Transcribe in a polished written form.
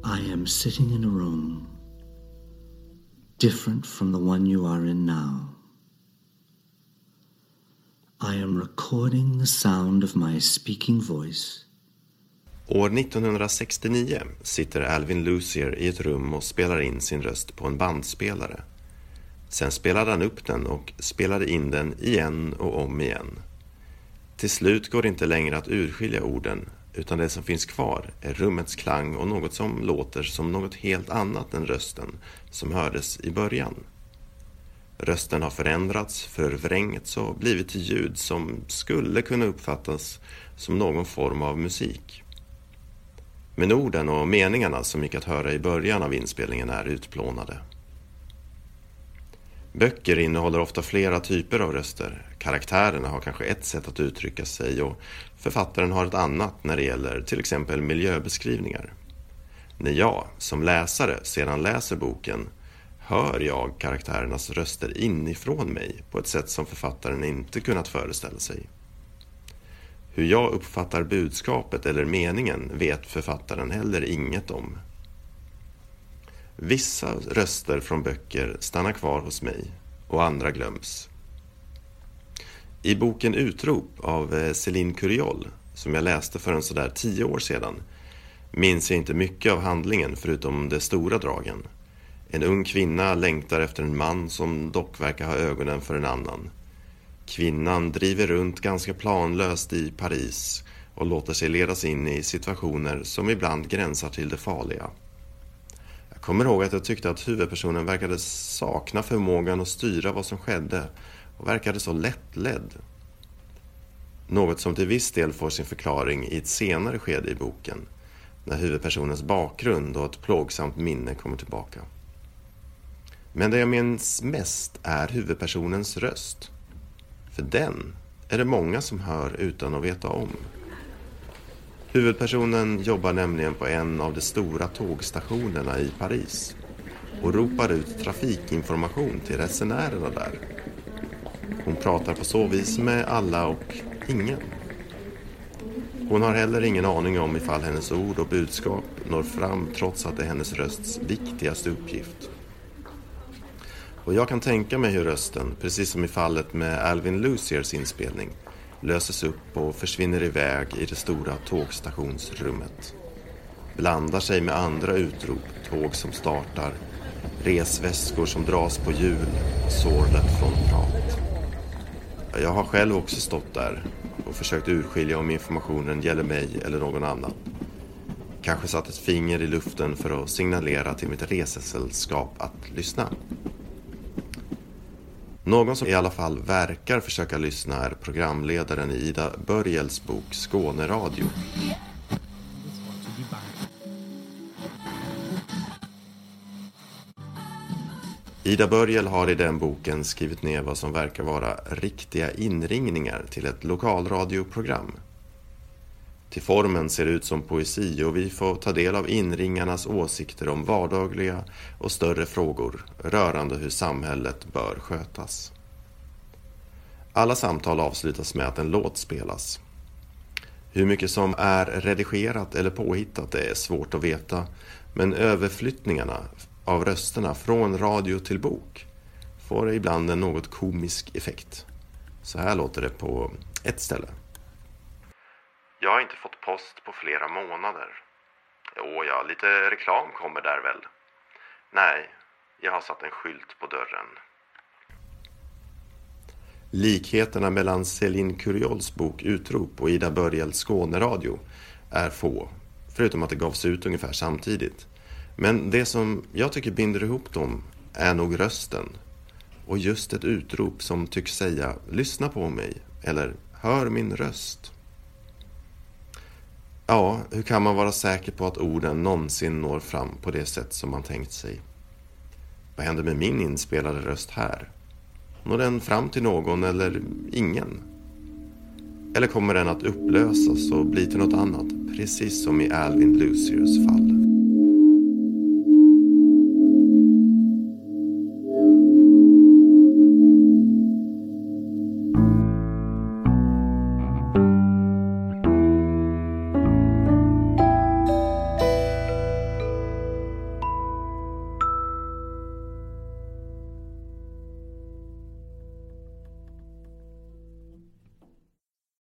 I am sitting in a room different from the one you are in now. I am recording the sound of my speaking voice. År 1969 sitter Alvin Lucier i ett rum och spelar in sin röst på en bandspelare. Sen spelade han upp den och spelade in den igen och om igen. Till slut går det inte längre att urskilja orden, utan det som finns kvar är rummets klang och något som låter som något helt annat än rösten som hördes i början. Rösten har förändrats, förvrängts och blivit till ljud som skulle kunna uppfattas som någon form av musik. Men orden och meningarna som gick att höra i början av inspelningen är utplånade. Böcker innehåller ofta flera typer av röster. Karaktärerna har kanske ett sätt att uttrycka sig och författaren har ett annat när det gäller till exempel miljöbeskrivningar. När jag som läsare sedan läser boken hör jag karaktärernas röster inifrån mig på ett sätt som författaren inte kunnat föreställa sig. Hur jag uppfattar budskapet eller meningen vet författaren heller inget om. Vissa röster från böcker stannar kvar hos mig och andra glöms. I boken Utrop av Céline Curiol, som jag läste för sådär 10 år sedan, minns jag inte mycket av handlingen förutom de stora dragen. En ung kvinna längtar efter en man som dock verkar ha ögonen för en annan. Kvinnan driver runt ganska planlöst i Paris och låter sig ledas in i situationer som ibland gränsar till det farliga. Jag kommer ihåg att jag tyckte att huvudpersonen verkade sakna förmågan att styra vad som skedde och verkade så lättledd. Något som till viss del får sin förklaring i ett senare skede i boken, när huvudpersonens bakgrund och ett plågsamt minne kommer tillbaka. Men det jag minns mest är huvudpersonens röst. För den är det många som hör utan att veta om. Huvudpersonen jobbar nämligen på en av de stora tågstationerna i Paris och ropar ut trafikinformation till resenärerna där. Hon pratar på så vis med alla och ingen. Hon har heller ingen aning om ifall hennes ord och budskap når fram trots att det är hennes rösts viktigaste uppgift. Och jag kan tänka mig hur rösten, precis som i fallet med Alvin Luciers inspelning, löses upp och försvinner iväg i det stora tågstationsrummet. Blandar sig med andra utrop, tåg som startar, resväskor som dras på hjul, sorlet från prat. Jag har själv också stått där och försökt urskilja om informationen gäller mig eller någon annan. Kanske satt ett finger i luften för att signalera till mitt resesällskap att lyssna. Någon som i alla fall verkar försöka lyssna är programledaren i Ida Börjels bok Skåneradio. Ida Börjel har i den boken skrivit ner vad som verkar vara riktiga inringningar till ett lokalradioprogram. Till formen ser det ut som poesi och vi får ta del av inringarnas åsikter om vardagliga och större frågor rörande hur samhället bör skötas. Alla samtal avslutas med att en låt spelas. Hur mycket som är redigerat eller påhittat är svårt att veta, men överflyttningarna av rösterna från radio till bok får ibland en något komisk effekt. Så här låter det på ett ställe. Jag har inte fått post på flera månader. Ja, lite reklam kommer där väl. Nej, jag har satt en skylt på dörren. Likheterna mellan Céline Curiols bok Utrop och Ida Börjels Skåneradio är få, förutom att det gavs ut ungefär samtidigt. Men det som jag tycker binder ihop dem är nog rösten. Och just ett utrop som tycks säga lyssna på mig eller hör min röst. Ja, hur kan man vara säker på att orden någonsin når fram på det sätt som man tänkt sig? Vad händer med min inspelade röst här? Når den fram till någon eller ingen? Eller kommer den att upplösas och bli till något annat, precis som i Alvin Luciers fall?